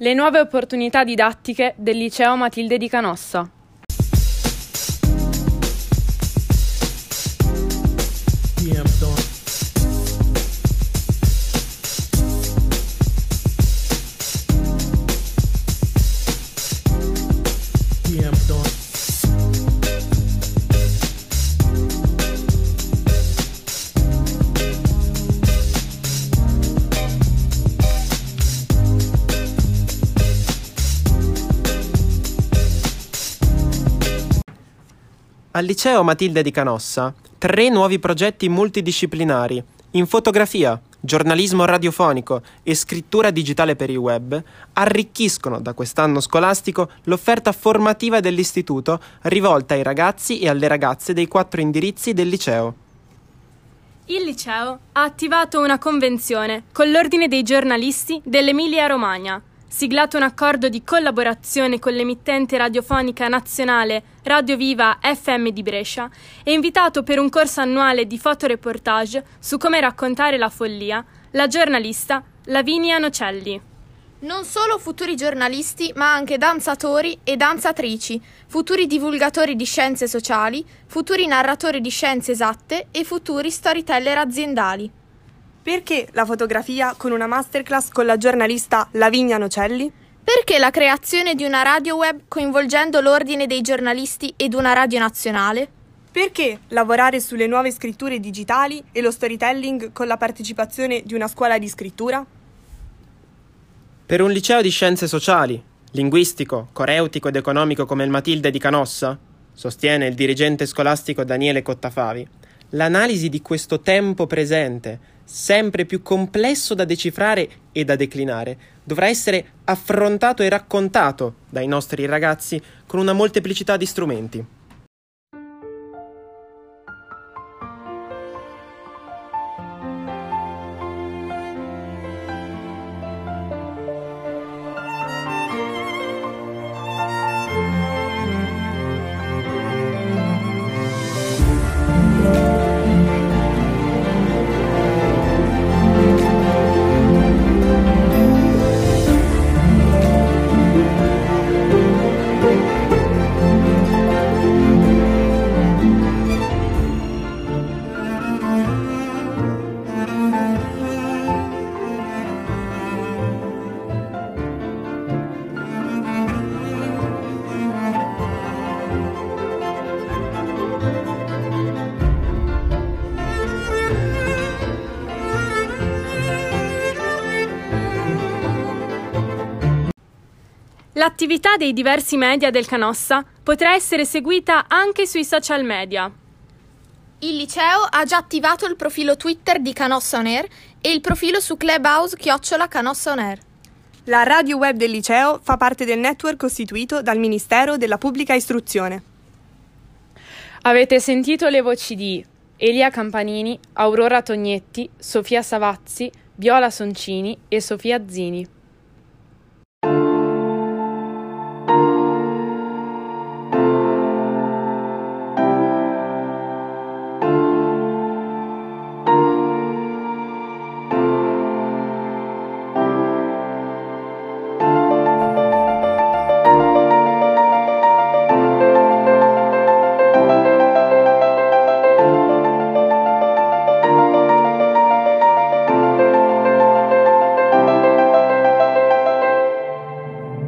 Le nuove opportunità didattiche del liceo Matilde di Canossa. Al liceo Matilde di Canossa, 3 nuovi progetti multidisciplinari in fotografia, giornalismo radiofonico e scrittura digitale per il web arricchiscono da quest'anno scolastico l'offerta formativa dell'istituto rivolta ai ragazzi e alle ragazze dei 4 indirizzi del liceo. Il liceo ha attivato una convenzione con l'Ordine dei giornalisti dell'Emilia-Romagna, siglato un accordo di collaborazione con l'emittente radiofonica nazionale Radio Viva FM di Brescia e invitato per un corso annuale di fotoreportage su come raccontare la follia la giornalista Lavinia Nocelli. Non solo futuri giornalisti, ma anche danzatori e danzatrici, futuri divulgatori di scienze sociali, futuri narratori di scienze esatte e futuri storyteller aziendali. Perché la fotografia con una masterclass con la giornalista Lavinia Nocelli? Perché la creazione di una radio web coinvolgendo l'Ordine dei giornalisti ed una radio nazionale? Perché lavorare sulle nuove scritture digitali e lo storytelling con la partecipazione di una scuola di scrittura? Per un liceo di scienze sociali, linguistico, coreutico ed economico come il Matilde di Canossa, sostiene il dirigente scolastico Daniele Cottafavi, l'analisi di questo tempo presente, sempre più complesso da decifrare e da declinare, dovrà essere affrontato e raccontato dai nostri ragazzi con una molteplicità di strumenti. L'attività dei diversi media del Canossa potrà essere seguita anche sui social media. Il liceo ha già attivato il profilo Twitter di Canossa On Air e il profilo su Clubhouse @Canossa On Air. La radio web del liceo fa parte del network costituito dal Ministero della Pubblica Istruzione. Avete sentito le voci di Elia Campanini, Aurora Tognetti, Sofia Savazzi, Viola Soncini e Sofia Zini.